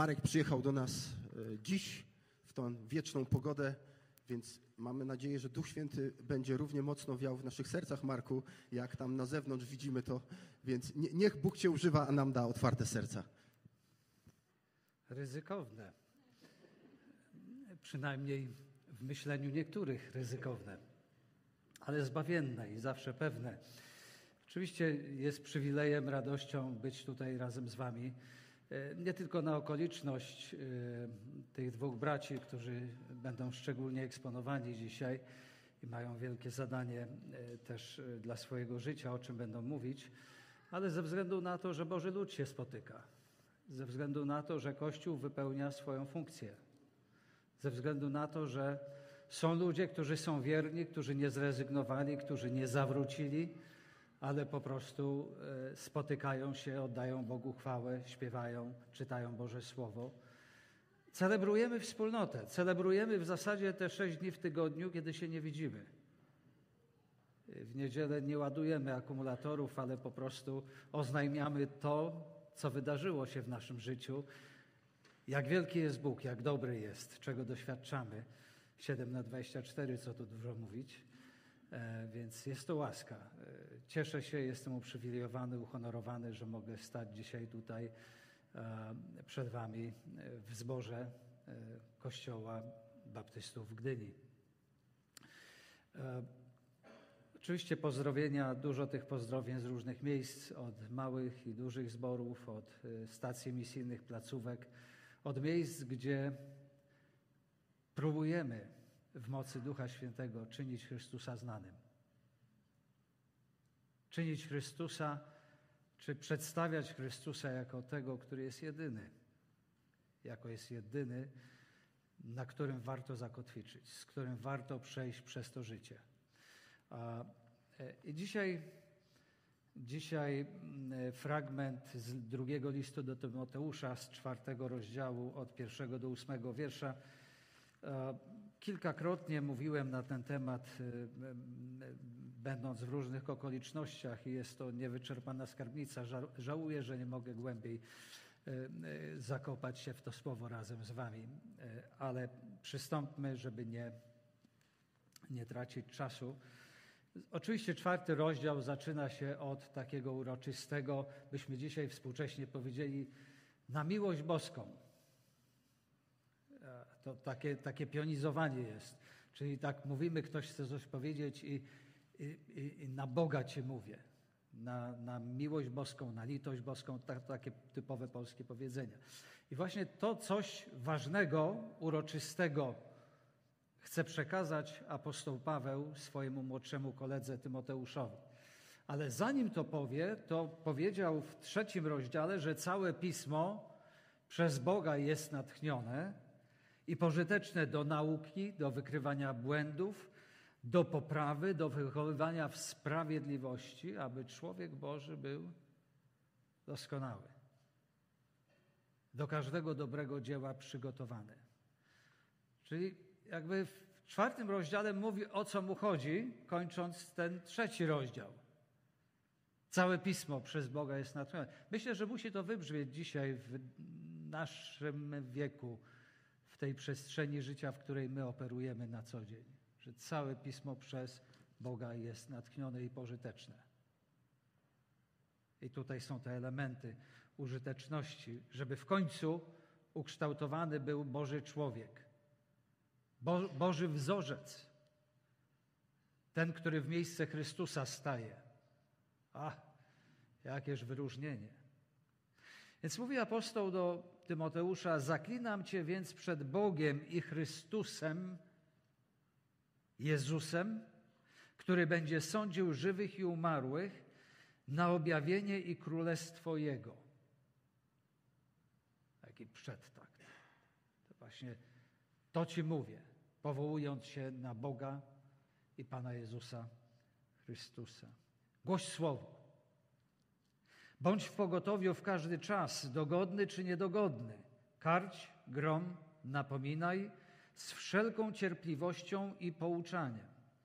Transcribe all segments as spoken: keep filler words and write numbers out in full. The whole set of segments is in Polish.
Marek przyjechał do nas dziś w tą wieczną pogodę, więc mamy nadzieję, że Duch Święty będzie równie mocno wiał w naszych sercach, Marku, jak tam na zewnątrz widzimy to. Więc nie, niech Bóg Cię używa, a nam da otwarte serca. Ryzykowne. Przynajmniej w myśleniu niektórych ryzykowne, ale zbawienne i zawsze pewne. Oczywiście jest przywilejem, radością być tutaj razem z wami. Nie tylko na okoliczność tych dwóch braci, którzy będą szczególnie eksponowani dzisiaj i mają wielkie zadanie też dla swojego życia, o czym będą mówić, ale ze względu na to, że Boży lud się spotyka, ze względu na to, że Kościół wypełnia swoją funkcję, ze względu na to, że są ludzie, którzy są wierni, którzy nie zrezygnowali, którzy nie zawrócili, ale po prostu spotykają się, oddają Bogu chwałę, śpiewają, czytają Boże Słowo. Celebrujemy wspólnotę, celebrujemy w zasadzie te sześć dni w tygodniu, kiedy się nie widzimy. W niedzielę nie ładujemy akumulatorów, ale po prostu oznajmiamy to, co wydarzyło się w naszym życiu, jak wielki jest Bóg, jak dobry jest, czego doświadczamy. siedem na dwadzieścia cztery, co tu dużo mówić. E, więc jest to łaska. E, cieszę się, jestem uprzywilejowany, uhonorowany, że mogę stać dzisiaj tutaj e, przed wami w zborze e, Kościoła Baptystów w Gdyni. E, oczywiście pozdrowienia, dużo tych pozdrowień z różnych miejsc, od małych i dużych zborów, od e, stacji misyjnych, placówek, od miejsc, gdzie próbujemy w mocy Ducha Świętego czynić Chrystusa znanym. Czynić Chrystusa, czy przedstawiać Chrystusa jako tego, który jest jedyny. Jako jest jedyny, na którym warto zakotwiczyć, z którym warto przejść przez to życie. I dzisiaj, dzisiaj fragment z drugiego listu do Tymoteusza, z czwartego rozdziału, od pierwszego do ósmego wiersza. Kilkakrotnie mówiłem na ten temat, będąc w różnych okolicznościach, i jest to niewyczerpana skarbnica. Żałuję, że nie mogę głębiej zakopać się w to słowo razem z wami, ale przystąpmy, żeby nie, nie tracić czasu. Oczywiście czwarty rozdział zaczyna się od takiego uroczystego, byśmy dzisiaj współcześnie powiedzieli, na miłość boską. To takie, takie pionizowanie jest. Czyli tak mówimy, ktoś chce coś powiedzieć i, i, i na Boga Cię mówię. Na, na miłość boską, na litość boską, tak, takie typowe polskie powiedzenia. I właśnie to coś ważnego, uroczystego chce przekazać apostoł Paweł swojemu młodszemu koledze Tymoteuszowi. Ale zanim to powie, to powiedział w trzecim rozdziale, że całe Pismo przez Boga jest natchnione i pożyteczne do nauki, do wykrywania błędów, do poprawy, do wychowywania w sprawiedliwości, aby człowiek Boży był doskonały, do każdego dobrego dzieła przygotowany. Czyli jakby w czwartym rozdziale mówi, o co mu chodzi, kończąc ten trzeci rozdział. Całe Pismo przez Boga jest natchnione. Myślę, że musi to wybrzmieć dzisiaj w naszym wieku, w tej przestrzeni życia, w której my operujemy na co dzień. Że całe Pismo przez Boga jest natchnione i pożyteczne. I tutaj są te elementy użyteczności, żeby w końcu ukształtowany był Boży człowiek. Bo, Boży wzorzec. Ten, który w miejsce Chrystusa staje. A, jakież wyróżnienie. Więc mówi apostoł do Tymoteusza, zaklinam Cię więc przed Bogiem i Chrystusem, Jezusem, który będzie sądził żywych i umarłych na objawienie i królestwo Jego. Taki przedtakt. To właśnie to Ci mówię, powołując się na Boga i Pana Jezusa Chrystusa. Głoś słowo. Bądź w pogotowiu w każdy czas, dogodny czy niedogodny. Karć, grom, napominaj z wszelką cierpliwością i pouczaniem.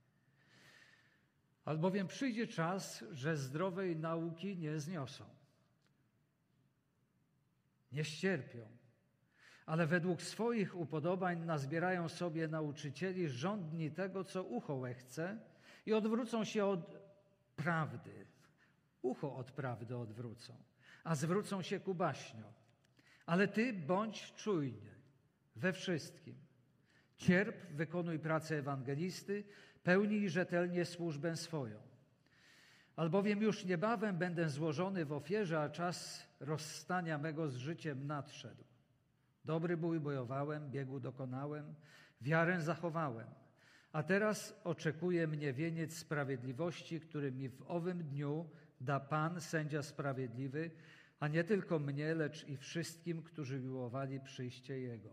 Albowiem przyjdzie czas, że zdrowej nauki nie zniosą. Nie ścierpią, ale według swoich upodobań nazbierają sobie nauczycieli żądni tego, co ucho łechce i odwrócą się od prawdy. Ucho od prawdy odwrócą, a zwrócą się ku baśniom. Ale ty bądź czujny we wszystkim. Cierp, wykonuj pracę ewangelisty, pełnij rzetelnie służbę swoją. Albowiem już niebawem będę złożony w ofierze, a czas rozstania mego z życiem nadszedł. Dobry bój bojowałem, biegu dokonałem, wiarę zachowałem. A teraz oczekuje mnie wieniec sprawiedliwości, który mi w owym dniu da Pan, sędzia sprawiedliwy, a nie tylko mnie, lecz i wszystkim, którzy miłowali przyjście Jego.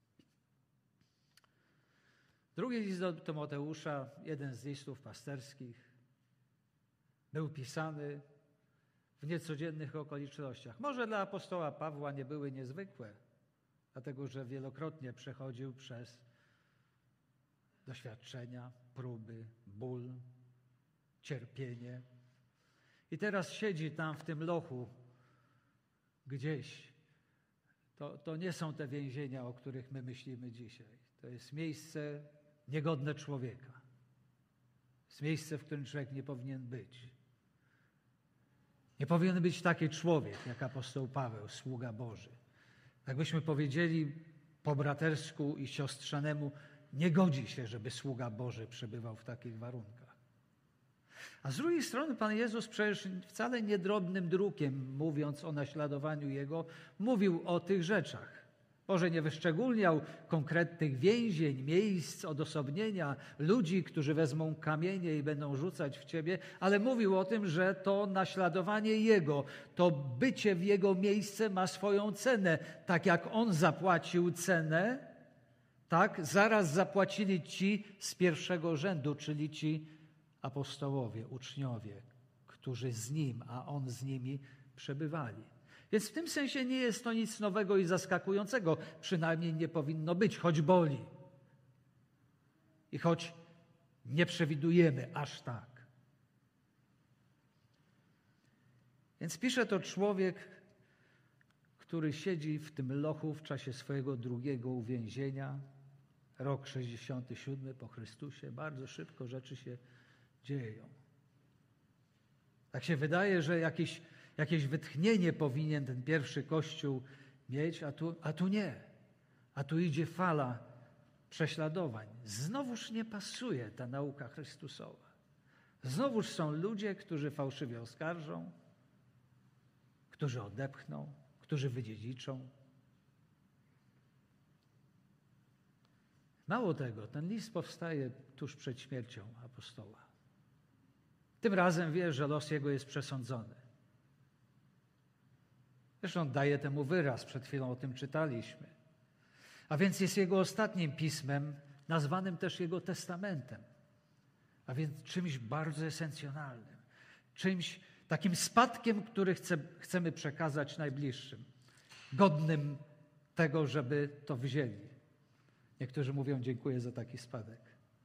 Drugi list do Tymoteusza, jeden z listów pasterskich, był pisany w niecodziennych okolicznościach. Może dla apostoła Pawła nie były niezwykłe, dlatego że wielokrotnie przechodził przez doświadczenia, próby, ból, cierpienie. I teraz siedzi tam w tym lochu gdzieś. To, to nie są te więzienia, o których my myślimy dzisiaj. To jest miejsce niegodne człowieka. To jest miejsce, w którym człowiek nie powinien być. Nie powinien być taki człowiek, jak apostoł Paweł, sługa Boży. Jakbyśmy powiedzieli po bratersku i siostrzanemu, nie godzi się, żeby sługa Boży przebywał w takich warunkach. A z drugiej strony Pan Jezus przecież wcale niedrobnym drukiem, mówiąc o naśladowaniu Jego, mówił o tych rzeczach. Może nie wyszczególniał konkretnych więzień, miejsc odosobnienia, ludzi, którzy wezmą kamienie i będą rzucać w Ciebie, ale mówił o tym, że to naśladowanie Jego, to bycie w Jego miejsce ma swoją cenę. Tak jak On zapłacił cenę, tak zaraz zapłacili ci z pierwszego rzędu, czyli ci apostołowie, uczniowie, którzy z Nim, a On z nimi przebywali. Więc w tym sensie nie jest to nic nowego i zaskakującego. Przynajmniej nie powinno być, choć boli. I choć nie przewidujemy aż tak. Więc pisze to człowiek, który siedzi w tym lochu w czasie swojego drugiego uwięzienia. Rok sześćdziesiąty siódmy po Chrystusie. Bardzo szybko rzeczy się dzieją. Tak się wydaje, że jakiś Jakieś wytchnienie powinien ten pierwszy Kościół mieć, a tu, a tu nie. A tu idzie fala prześladowań. Znowuż nie pasuje ta nauka Chrystusowa. Znowuż są ludzie, którzy fałszywie oskarżą, którzy odepchną, którzy wydziedziczą. Mało tego, ten list powstaje tuż przed śmiercią apostoła. Tym razem wie, że los jego jest przesądzony. Zresztą daje temu wyraz, przed chwilą o tym czytaliśmy. A więc jest jego ostatnim pismem, nazwanym też jego testamentem. A więc czymś bardzo esencjonalnym. Czymś takim spadkiem, który chce, chcemy przekazać najbliższym. Godnym tego, żeby to wzięli. Niektórzy mówią, dziękuję za taki spadek.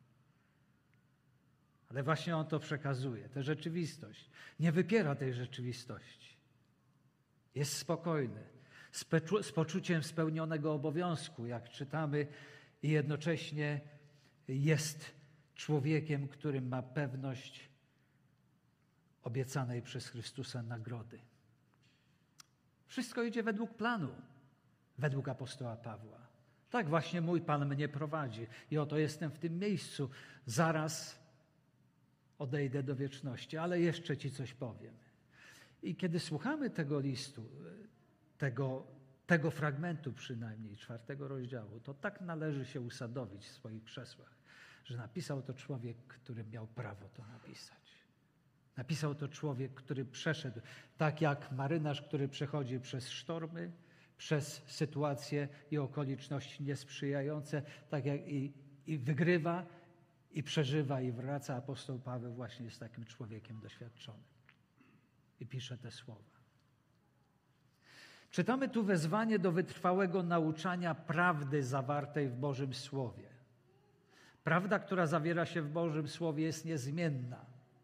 Ale właśnie on to przekazuje, tę rzeczywistość. Nie wypiera tej rzeczywistości. Jest spokojny, z, peczu, z poczuciem spełnionego obowiązku, jak czytamy, i jednocześnie jest człowiekiem, który ma pewność obiecanej przez Chrystusa nagrody. Wszystko idzie według planu, według apostoła Pawła. Tak właśnie mój Pan mnie prowadzi i oto jestem w tym miejscu. Zaraz odejdę do wieczności, ale jeszcze Ci coś powiem. I kiedy słuchamy tego listu, tego, tego fragmentu przynajmniej, czwartego rozdziału, to tak należy się usadowić w swoich krzesłach, że napisał to człowiek, który miał prawo to napisać. Napisał to człowiek, który przeszedł, tak jak marynarz, który przechodzi przez sztormy, przez sytuacje i okoliczności niesprzyjające, tak jak i, i wygrywa, i przeżywa, i wraca. Apostoł Paweł właśnie jest takim człowiekiem doświadczonym. I pisze te słowa. Czytamy tu wezwanie do wytrwałego nauczania prawdy zawartej w Bożym Słowie. Prawda, która zawiera się w Bożym Słowie, jest niezmienna.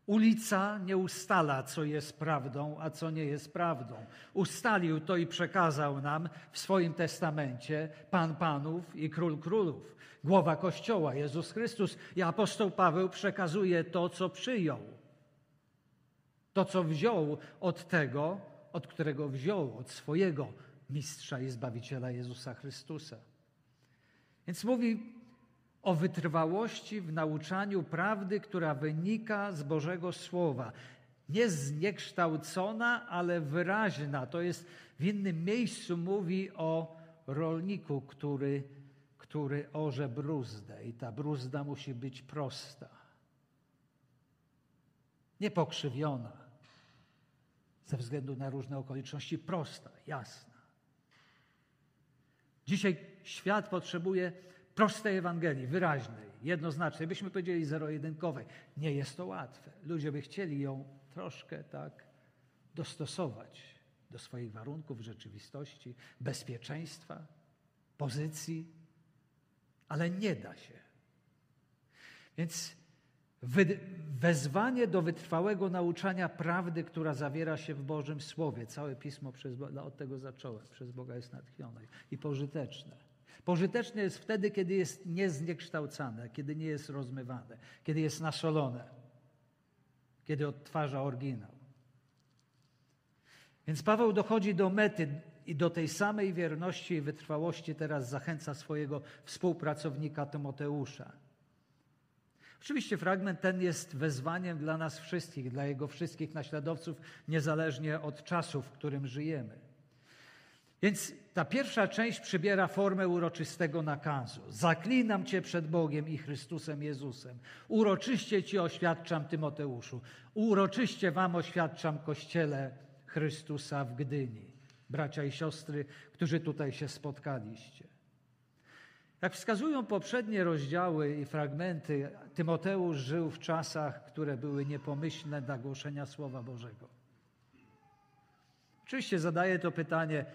Ulica nie ustala, co jest prawdą, a co nie jest prawdą. Ustalił to i przekazał nam w swoim testamencie Pan Panów i Król Królów. Głowa Kościoła, Jezus Chrystus, i apostoł Paweł przekazuje to, co przyjął. To, co wziął od tego, od którego wziął, od swojego Mistrza i Zbawiciela Jezusa Chrystusa. Więc mówi o wytrwałości w nauczaniu prawdy, która wynika z Bożego Słowa. Nie zniekształcona, ale wyraźna. To jest w innym miejscu mówi o rolniku, który, który orze bruzdę i ta bruzda musi być prosta. Nie pokrzywiona ze względu na różne okoliczności, prosta, jasna. Dzisiaj świat potrzebuje prostej Ewangelii, wyraźnej, jednoznacznej, byśmy powiedzieli zero-jedynkowej. Nie jest to łatwe. Ludzie by chcieli ją troszkę tak dostosować do swoich warunków, rzeczywistości, bezpieczeństwa, pozycji, ale nie da się. Więc wezwanie do wytrwałego nauczania prawdy, która zawiera się w Bożym Słowie. Całe Pismo, przez Boga, od tego zacząłem, przez Boga jest natchnione i pożyteczne. Pożyteczne jest wtedy, kiedy jest niezniekształcane, kiedy nie jest rozmywane, kiedy jest nasolone, kiedy odtwarza oryginał. Więc Paweł dochodzi do mety i do tej samej wierności i wytrwałości teraz zachęca swojego współpracownika Tymoteusza. Oczywiście fragment ten jest wezwaniem dla nas wszystkich, dla jego wszystkich naśladowców, niezależnie od czasu, w którym żyjemy. Więc ta pierwsza część przybiera formę uroczystego nakazu. Zaklinam Cię przed Bogiem i Chrystusem Jezusem. Uroczyście Ci oświadczam, Tymoteuszu. Uroczyście Wam oświadczam, Kościele Chrystusa w Gdyni. Bracia i siostry, którzy tutaj się spotkaliście. Jak wskazują poprzednie rozdziały i fragmenty, Tymoteusz żył w czasach, które były niepomyślne dla głoszenia Słowa Bożego. Oczywiście zadaję to pytanie,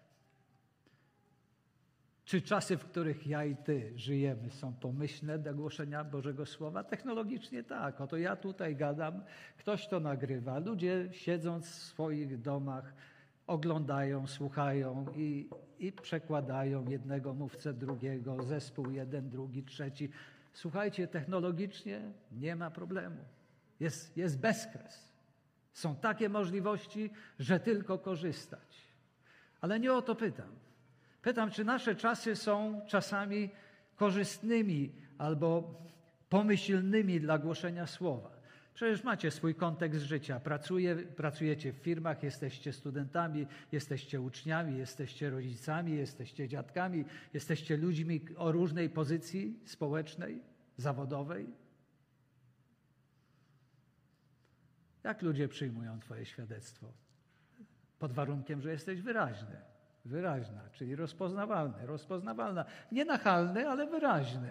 czy czasy, w których ja i ty żyjemy, są pomyślne dla głoszenia Bożego Słowa? Technologicznie tak. Oto ja tutaj gadam, ktoś to nagrywa. Ludzie siedząc w swoich domach oglądają, słuchają i, i przekładają jednego mówcę drugiego, zespół jeden, drugi, trzeci. Słuchajcie, technologicznie nie ma problemu. Jest, jest bezkres. Są takie możliwości, że tylko korzystać. Ale nie o to pytam. Pytam, czy nasze czasy są czasami korzystnymi albo pomyślnymi dla głoszenia Słowa. Przecież macie swój kontekst życia. Pracuje, pracujecie w firmach, jesteście studentami, jesteście uczniami, jesteście rodzicami, jesteście dziadkami, jesteście ludźmi o różnej pozycji społecznej, zawodowej. Jak ludzie przyjmują Twoje świadectwo? Pod warunkiem, że jesteś wyraźny. Wyraźna, czyli rozpoznawalny, rozpoznawalna. Nie nachalny, ale wyraźny.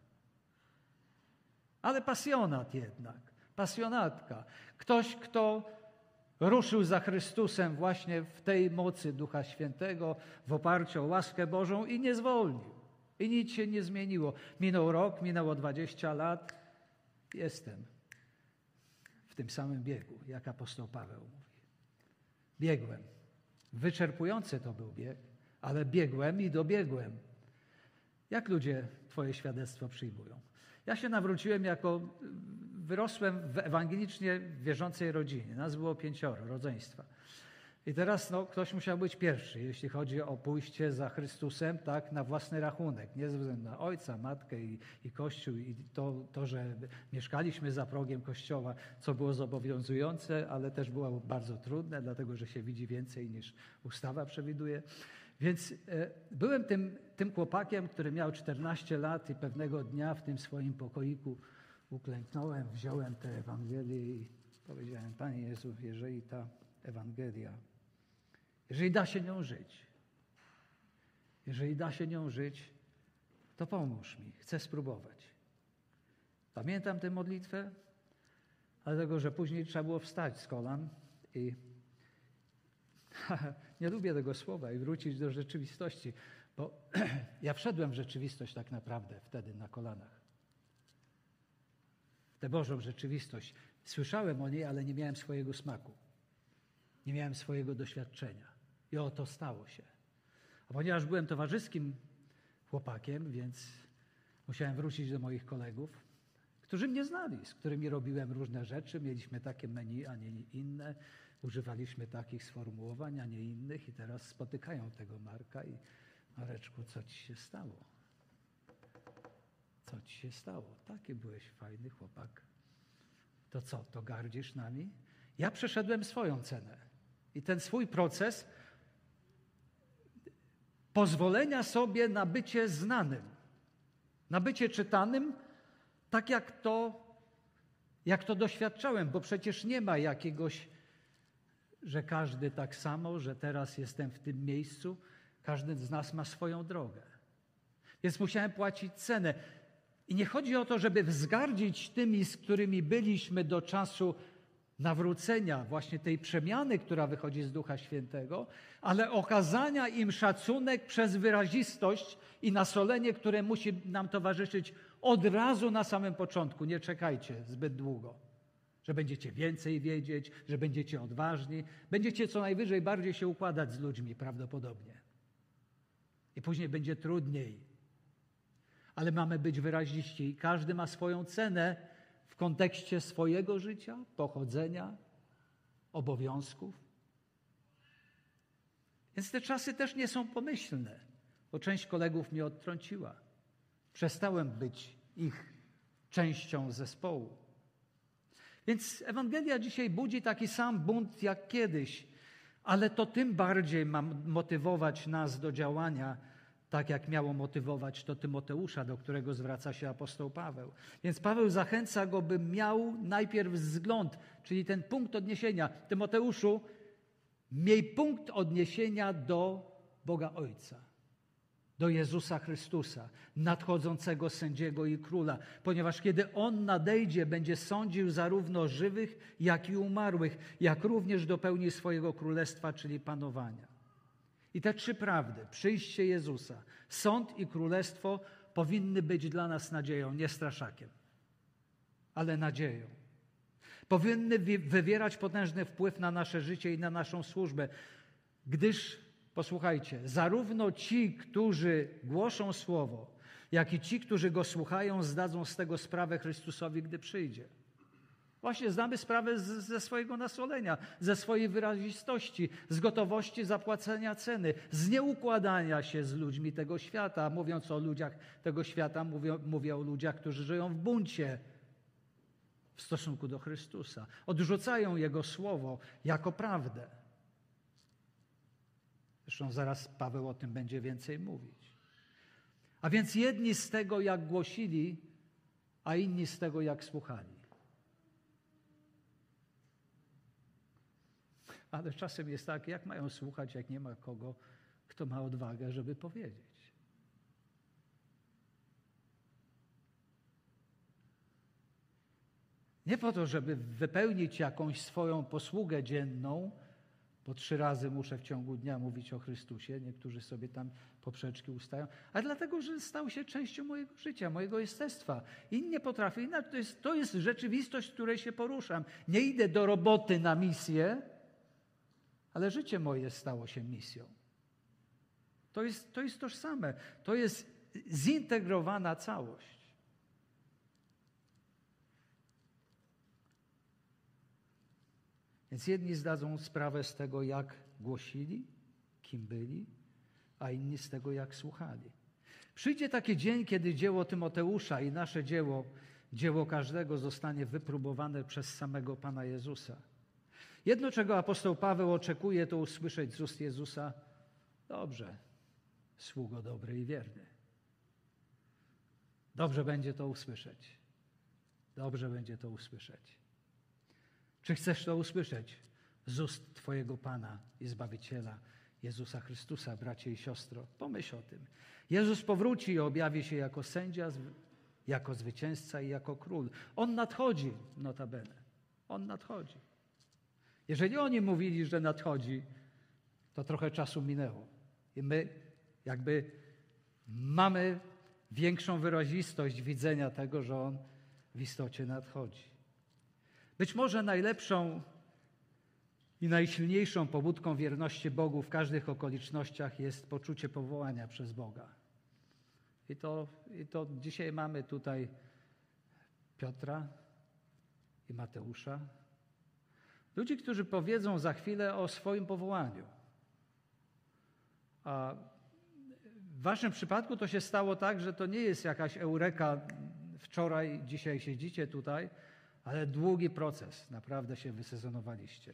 Ale pasjonat jednak, pasjonatka. Ktoś, kto ruszył za Chrystusem właśnie w tej mocy Ducha Świętego, w oparciu o łaskę Bożą i nie zwolnił. I nic się nie zmieniło. Minął rok, minęło dwadzieścia lat. Jestem w tym samym biegu, jak apostoł Paweł mówi. Biegłem. Wyczerpujący to był bieg, ale biegłem i dobiegłem. Jak ludzie Twoje świadectwo przyjmują? Ja się nawróciłem jako, wyrosłem w ewangelicznie wierzącej rodzinie. Nas było pięcioro, rodzeństwa. I teraz no, ktoś musiał być pierwszy, jeśli chodzi o pójście za Chrystusem, tak, na własny rachunek. Nie ze względu na ojca, matkę i, i Kościół i to, to, że mieszkaliśmy za progiem Kościoła, co było zobowiązujące, ale też było bardzo trudne, dlatego że się widzi więcej niż ustawa przewiduje. Więc e, byłem tym, tym chłopakiem, który miał czternaście lat i pewnego dnia w tym swoim pokoiku uklęknąłem, wziąłem tę Ewangelię i powiedziałem: Panie Jezu, jeżeli ta Ewangelia, jeżeli da się nią żyć, jeżeli da się nią żyć, to pomóż mi, chcę spróbować. Pamiętam tę modlitwę, dlatego że później trzeba było wstać z kolan i nie lubię tego słowa i wrócić do rzeczywistości, bo ja wszedłem w rzeczywistość tak naprawdę wtedy na kolanach. W tę Bożą rzeczywistość. Słyszałem o niej, ale nie miałem swojego smaku. Nie miałem swojego doświadczenia. I oto stało się. A ponieważ byłem towarzyskim chłopakiem, więc musiałem wrócić do moich kolegów, którzy mnie znali, z którymi robiłem różne rzeczy. Mieliśmy takie menu, a nie inne. Używaliśmy takich sformułowań, a nie innych. I teraz spotykają tego Marka i Mareczku, co ci się stało? Co ci się stało? Taki byłeś fajny chłopak. To co, to gardzisz nami? Ja przeszedłem swoją cenę. I ten swój proces pozwolenia sobie na bycie znanym, na bycie czytanym, tak jak to, jak to doświadczałem, bo przecież nie ma jakiegoś, że każdy tak samo, że teraz jestem w tym miejscu. Każdy z nas ma swoją drogę. Więc musiałem płacić cenę. I nie chodzi o to, żeby wzgardzić tymi, z którymi byliśmy do czasu nawrócenia, właśnie tej przemiany, która wychodzi z Ducha Świętego, ale okazania im szacunek przez wyrazistość i nasolenie, które musi nam towarzyszyć od razu na samym początku. Nie czekajcie zbyt długo, że będziecie więcej wiedzieć, że będziecie odważni. Będziecie co najwyżej bardziej się układać z ludźmi prawdopodobnie. I później będzie trudniej. Ale mamy być wyraziści i każdy ma swoją cenę w kontekście swojego życia, pochodzenia, obowiązków. Więc te czasy też nie są pomyślne, bo część kolegów mnie odtrąciła. Przestałem być ich częścią zespołu. Więc Ewangelia dzisiaj budzi taki sam bunt jak kiedyś, ale to tym bardziej ma motywować nas do działania, tak jak miało motywować to Tymoteusza, do którego zwraca się apostoł Paweł. Więc Paweł zachęca go, by miał najpierw wzgląd, czyli ten punkt odniesienia. Tymoteuszu, miej punkt odniesienia do Boga Ojca, do Jezusa Chrystusa, nadchodzącego sędziego i króla, ponieważ kiedy On nadejdzie, będzie sądził zarówno żywych, jak i umarłych, jak również dopełni swojego królestwa, czyli panowania. I te trzy prawdy, przyjście Jezusa, sąd i królestwo, powinny być dla nas nadzieją, nie straszakiem, ale nadzieją. Powinny wywierać potężny wpływ na nasze życie i na naszą służbę, gdyż, posłuchajcie, zarówno ci, którzy głoszą słowo, jak i ci, którzy go słuchają, zdadzą z tego sprawę Chrystusowi, gdy przyjdzie. Właśnie zdamy sprawę z, ze swojego nasolenia, ze swojej wyrazistości, z gotowości zapłacenia ceny, z nieukładania się z ludźmi tego świata. Mówiąc o ludziach tego świata, mówię, mówię o ludziach, którzy żyją w buncie w stosunku do Chrystusa. Odrzucają Jego słowo jako prawdę. Zresztą zaraz Paweł o tym będzie więcej mówić. A więc jedni z tego, jak głosili, a inni z tego, jak słuchali. Ale czasem jest tak, jak mają słuchać, jak nie ma kogo, kto ma odwagę, żeby powiedzieć. Nie po to, żeby wypełnić jakąś swoją posługę dzienną, bo trzy razy muszę w ciągu dnia mówić o Chrystusie, niektórzy sobie tam poprzeczki ustają, ale dlatego, że stał się częścią mojego życia, mojego jestestwa. Inni nie potrafię inaczej. To jest, to jest rzeczywistość, w której się poruszam. Nie idę do roboty na misję, ale życie moje stało się misją. To jest, to jest tożsame. To jest zintegrowana całość. Więc jedni zdadzą sprawę z tego, jak głosili, kim byli, a inni z tego, jak słuchali. Przyjdzie taki dzień, kiedy dzieło Tymoteusza i nasze dzieło, dzieło każdego zostanie wypróbowane przez samego Pana Jezusa. Jedno, czego apostoł Paweł oczekuje, to usłyszeć z ust Jezusa: dobrze, sługo dobry i wierny. Dobrze będzie to usłyszeć. Dobrze będzie to usłyszeć. Czy chcesz to usłyszeć z ust Twojego Pana i Zbawiciela, Jezusa Chrystusa, bracie i siostro? Pomyśl o tym. Jezus powróci i objawi się jako sędzia, jako zwycięzca i jako król. On nadchodzi, notabene. On nadchodzi. Jeżeli oni mówili, że nadchodzi, to trochę czasu minęło. I my jakby mamy większą wyrazistość widzenia tego, że On w istocie nadchodzi. Być może najlepszą i najsilniejszą pobudką wierności Bogu w każdych okolicznościach jest poczucie powołania przez Boga. I to, i to dzisiaj mamy tutaj Piotra i Mateusza. Ludzi, którzy powiedzą za chwilę o swoim powołaniu. A w waszym przypadku to się stało tak, że to nie jest jakaś eureka wczoraj, dzisiaj siedzicie tutaj, ale długi proces. Naprawdę się wysezonowaliście.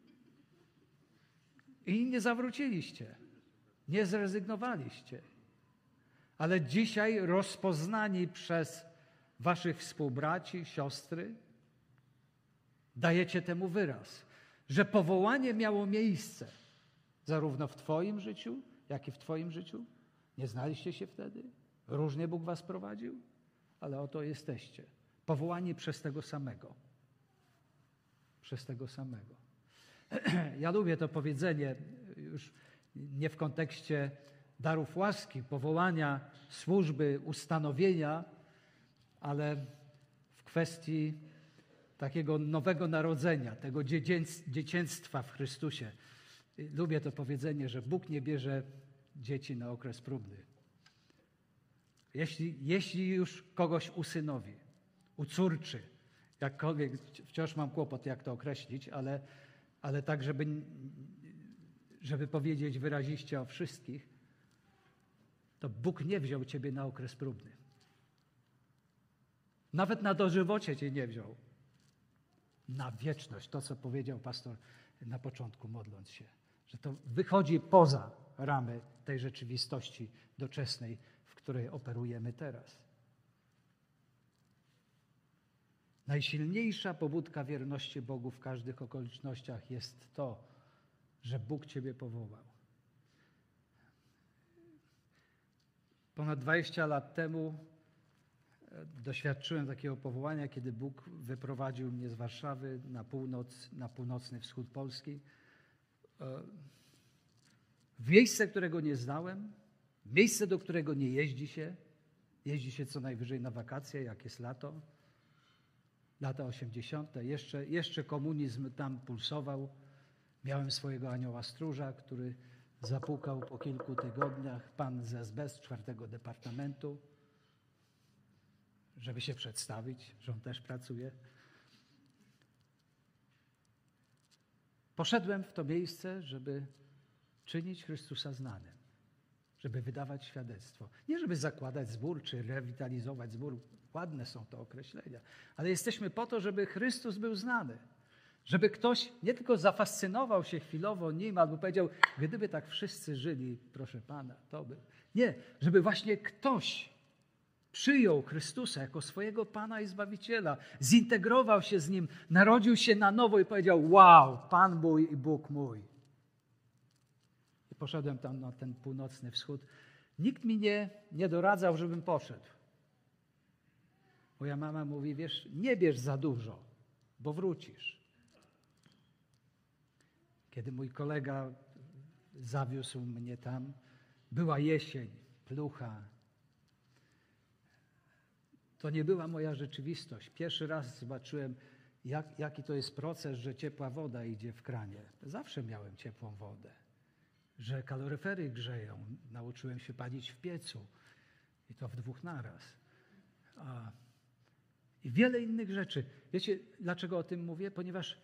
I nie zawróciliście. Nie zrezygnowaliście. Ale dzisiaj rozpoznani przez waszych współbraci, siostry, dajecie temu wyraz, że powołanie miało miejsce zarówno w twoim życiu, jak i w twoim życiu. Nie znaliście się wtedy? Różnie Bóg was prowadził? Ale oto jesteście. Powołani przez tego samego. Przez tego samego. Ja lubię to powiedzenie już nie w kontekście darów łaski, powołania, służby, ustanowienia, ale w kwestii takiego nowego narodzenia, tego dzieciństwa w Chrystusie. Lubię to powiedzenie, że Bóg nie bierze dzieci na okres próbny. Jeśli, jeśli już kogoś usynowi, ucórczy, jakkolwiek, wciąż mam kłopot, jak to określić, ale, ale tak, żeby, żeby powiedzieć wyraziście o wszystkich, to Bóg nie wziął ciebie na okres próbny. Nawet na dożywocie cię nie wziął. Na wieczność, to co powiedział pastor na początku, modląc się, że to wychodzi poza ramy tej rzeczywistości doczesnej, w której operujemy teraz. Najsilniejsza pobudka wierności Bogu w każdych okolicznościach jest to, że Bóg ciebie powołał. Ponad dwadzieścia lat temu doświadczyłem takiego powołania, kiedy Bóg wyprowadził mnie z Warszawy na północ, na północny wschód Polski. W miejsce, którego nie znałem, miejsce, do którego nie jeździ się. Jeździ się co najwyżej na wakacje, jak jest lato. Lata osiemdziesiąte. Jeszcze, jeszcze komunizm tam pulsował. Miałem swojego anioła stróża, który zapukał po kilku tygodniach, pan z S B z czwartego Departamentu, żeby się przedstawić, że on też pracuje. Poszedłem w to miejsce, żeby czynić Chrystusa znanym, żeby wydawać świadectwo. Nie żeby zakładać zbór, czy rewitalizować zbór. Ładne są to określenia. Ale jesteśmy po to, żeby Chrystus był znany. Żeby ktoś nie tylko zafascynował się chwilowo nim, albo powiedział, gdyby tak wszyscy żyli, proszę Pana, to by... Nie, żeby właśnie ktoś przyjął Chrystusa jako swojego Pana i Zbawiciela, zintegrował się z Nim, narodził się na nowo i powiedział, wow, Pan mój i Bóg mój. I poszedłem tam na ten północny wschód. Nikt mi nie, nie doradzał, żebym poszedł. Moja mama mówi, wiesz, nie bierz za dużo, bo wrócisz. Kiedy mój kolega zawiózł mnie tam, była jesień, plucha. To nie była moja rzeczywistość. Pierwszy raz zobaczyłem, jak, jaki to jest proces, że ciepła woda idzie w kranie. Zawsze miałem ciepłą wodę. Że kaloryfery grzeją. Nauczyłem się palić w piecu. I to w dwóch naraz. A, i wiele innych rzeczy. Wiecie, dlaczego o tym mówię? Ponieważ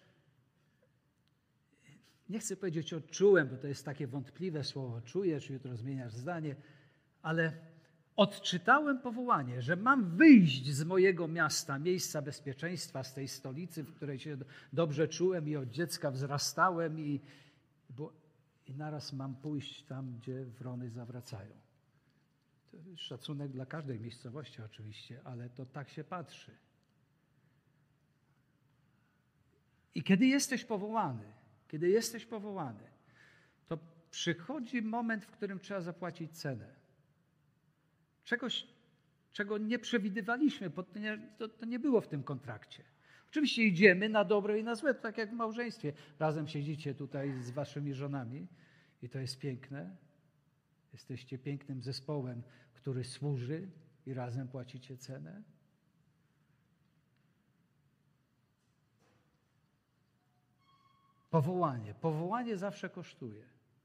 nie chcę powiedzieć odczułem, bo to jest takie wątpliwe słowo. Czujesz, jutro zmieniasz zdanie. Ale odczytałem powołanie, że mam wyjść z mojego miasta, miejsca bezpieczeństwa, z tej stolicy, w której się dobrze czułem i od dziecka wzrastałem i, bo, i naraz mam pójść tam, gdzie wrony zawracają. To jest szacunek dla każdej miejscowości oczywiście, ale to tak się patrzy. I kiedy jesteś powołany, kiedy jesteś powołany, to przychodzi moment, w którym trzeba zapłacić cenę. Czegoś, czego nie przewidywaliśmy, bo to nie, to, to nie było w tym kontrakcie. Oczywiście idziemy na dobre i na złe, tak jak w małżeństwie. Razem siedzicie tutaj z waszymi żonami i to jest piękne. Jesteście pięknym zespołem, który służy i razem płacicie cenę. Powołanie. Powołanie zawsze kosztuje.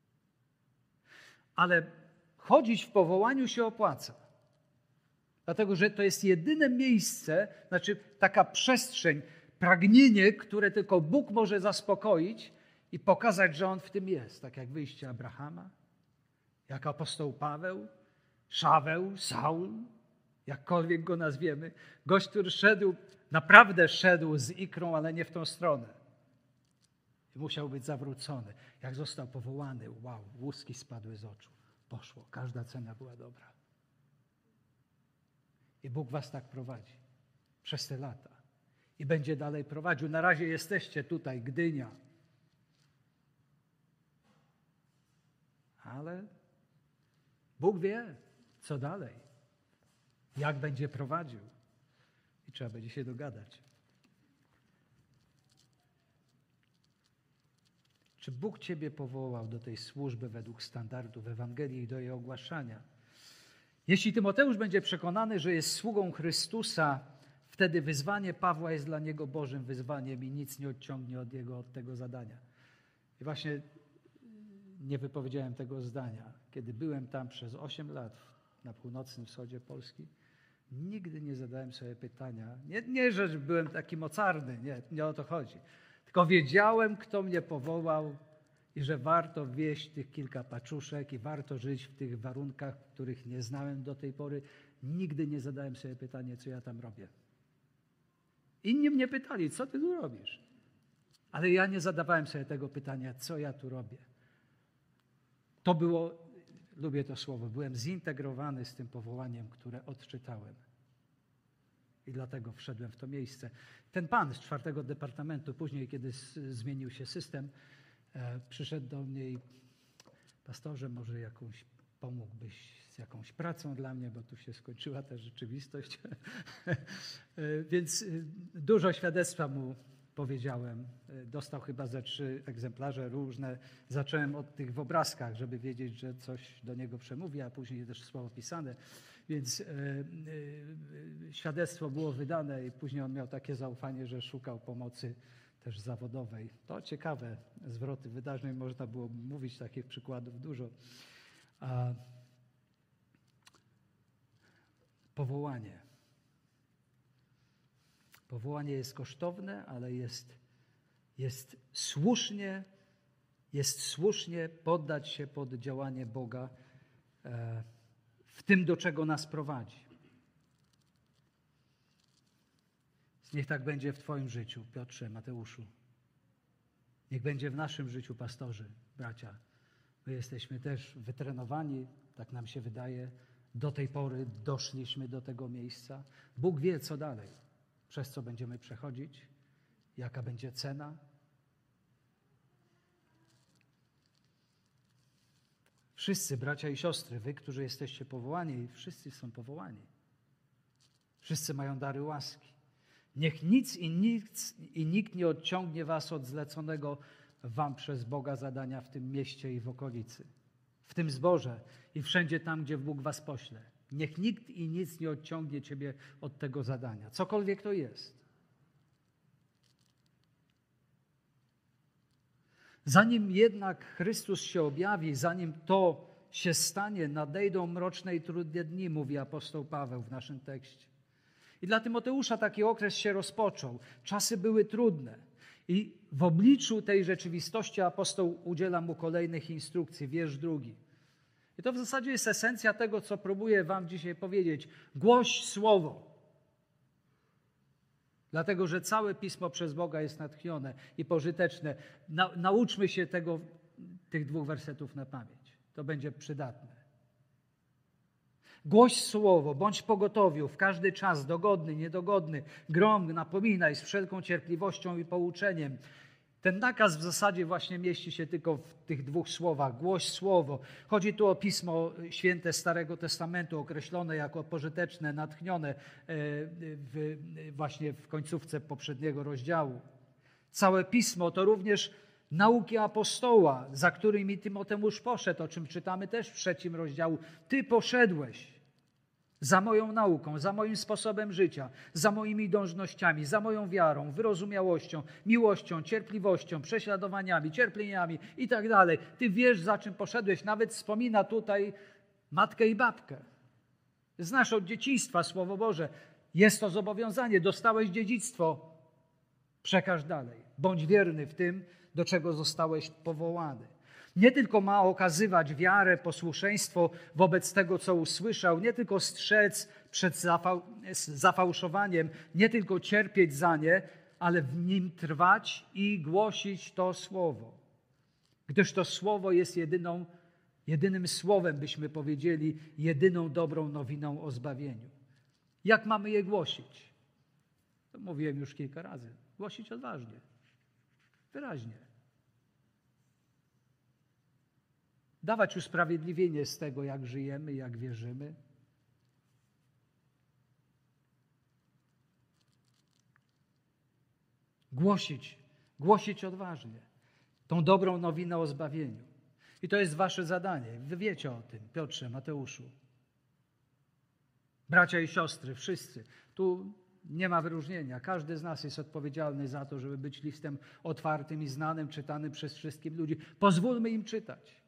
Ale chodzić w powołaniu się opłaca. Dlatego, że to jest jedyne miejsce, znaczy taka przestrzeń, pragnienie, które tylko Bóg może zaspokoić i pokazać, że On w tym jest. Tak jak wyjście Abrahama, jak apostoł Paweł, Szaweł, Saul, jakkolwiek go nazwiemy. Gość, który szedł, naprawdę szedł z ikrą, ale nie w tą stronę. I musiał być zawrócony. Jak został powołany, wow, łuski spadły z oczu. Poszło, każda cena była dobra. I Bóg was tak prowadzi przez te lata. I będzie dalej prowadził. Na razie jesteście tutaj, Gdynia. Ale Bóg wie, co dalej. Jak będzie prowadził. I trzeba będzie się dogadać. Czy Bóg ciebie powołał do tej służby według standardów Ewangelii i do jej ogłaszania? Jeśli Tymoteusz będzie przekonany, że jest sługą Chrystusa, wtedy wyzwanie Pawła jest dla niego Bożym wyzwaniem i nic nie odciągnie od jego od tego zadania. I właśnie nie wypowiedziałem tego zdania. Kiedy byłem tam przez osiem lat na północnym wschodzie Polski, nigdy nie zadałem sobie pytania, nie, nie że byłem taki mocarny, nie, nie o to chodzi, tylko wiedziałem, kto mnie powołał i że warto wieść tych kilka paczuszek i warto żyć w tych warunkach, których nie znałem do tej pory. Nigdy nie zadałem sobie pytania, co ja tam robię. Inni mnie pytali, co ty tu robisz? Ale ja nie zadawałem sobie tego pytania, co ja tu robię. To było, lubię to słowo, byłem zintegrowany z tym powołaniem, które odczytałem. I dlatego wszedłem w to miejsce. Ten pan z czwartego departamentu, później, kiedy zmienił się system, e, przyszedł do mnie i pastorze, może jakąś pomógłbyś z jakąś pracą dla mnie, bo tu się skończyła ta rzeczywistość. e, więc e, dużo świadectwa mu powiedziałem. E, dostał chyba ze trzy egzemplarze różne. Zacząłem od tych w obrazkach, żeby wiedzieć, że coś do niego przemówi, a później też słowo pisane. Więc e, e, świadectwo było wydane i później on miał takie zaufanie, że szukał pomocy też zawodowej. To ciekawe zwroty wydarzeń, można było mówić takich przykładów dużo. A powołanie. Powołanie jest kosztowne, ale jest, jest słusznie, jest słusznie poddać się pod działanie Boga e, w tym, do czego nas prowadzi. Niech tak będzie w Twoim życiu, Piotrze, Mateuszu. Niech będzie w naszym życiu, pastorzy, bracia. My jesteśmy też wytrenowani, tak nam się wydaje. Do tej pory doszliśmy do tego miejsca. Bóg wie, co dalej, przez co będziemy przechodzić, jaka będzie cena. Wszyscy, bracia i siostry, wy, którzy jesteście powołani, wszyscy są powołani. Wszyscy mają dary łaski. Niech nic i, nic i nikt nie odciągnie was od zleconego wam przez Boga zadania w tym mieście i w okolicy, w tym zborze i wszędzie tam, gdzie Bóg was pośle. Niech nikt i nic nie odciągnie ciebie od tego zadania, cokolwiek to jest. Zanim jednak Chrystus się objawi, zanim to się stanie, nadejdą mroczne i trudne dni, mówi apostoł Paweł w naszym tekście. I dla Tymoteusza taki okres się rozpoczął. Czasy były trudne. I w obliczu tej rzeczywistości apostoł udziela mu kolejnych instrukcji, wiersz drugi. I to w zasadzie jest esencja tego, co próbuję wam dzisiaj powiedzieć. Głoś słowo. Dlatego, że całe Pismo przez Boga jest natchnione i pożyteczne. Na, nauczmy się tego, tych dwóch wersetów na pamięć. To będzie przydatne. Głoś słowo, bądź pogotowiu w każdy czas, dogodny, niedogodny, grom, napominaj z wszelką cierpliwością i pouczeniem. Ten nakaz w zasadzie właśnie mieści się tylko w tych dwóch słowach. Głoś słowo. Chodzi tu o Pismo Święte Starego Testamentu, określone jako pożyteczne, natchnione w, właśnie w końcówce poprzedniego rozdziału. Całe Pismo to również nauki apostoła, za którymi Tymoteusz poszedł, o czym czytamy też w trzecim rozdziału. Ty poszedłeś za moją nauką, za moim sposobem życia, za moimi dążnościami, za moją wiarą, wyrozumiałością, miłością, cierpliwością, prześladowaniami, cierpieniami i tak dalej. Ty wiesz, za czym poszedłeś. Nawet wspomina tutaj matkę i babkę. Znasz od dzieciństwa Słowo Boże. Jest to zobowiązanie. Dostałeś dziedzictwo. Przekaż dalej. Bądź wierny w tym, do czego zostałeś powołany. Nie tylko ma okazywać wiarę, posłuszeństwo wobec tego, co usłyszał, nie tylko strzec przed zafał- zafałszowaniem, nie tylko cierpieć za nie, ale w nim trwać i głosić to słowo. Gdyż to słowo jest jedyną, jedynym słowem, byśmy powiedzieli, jedyną dobrą nowiną o zbawieniu. Jak mamy je głosić? To mówiłem już kilka razy. Głosić odważnie, wyraźnie. Dawać usprawiedliwienie z tego, jak żyjemy, jak wierzymy. Głosić, głosić odważnie tą dobrą nowinę o zbawieniu. I to jest wasze zadanie. Wy wiecie o tym, Piotrze, Mateuszu. Bracia i siostry, wszyscy. Tu nie ma wyróżnienia. Każdy z nas jest odpowiedzialny za to, żeby być listem otwartym i znanym, czytanym przez wszystkich ludzi. Pozwólmy im czytać.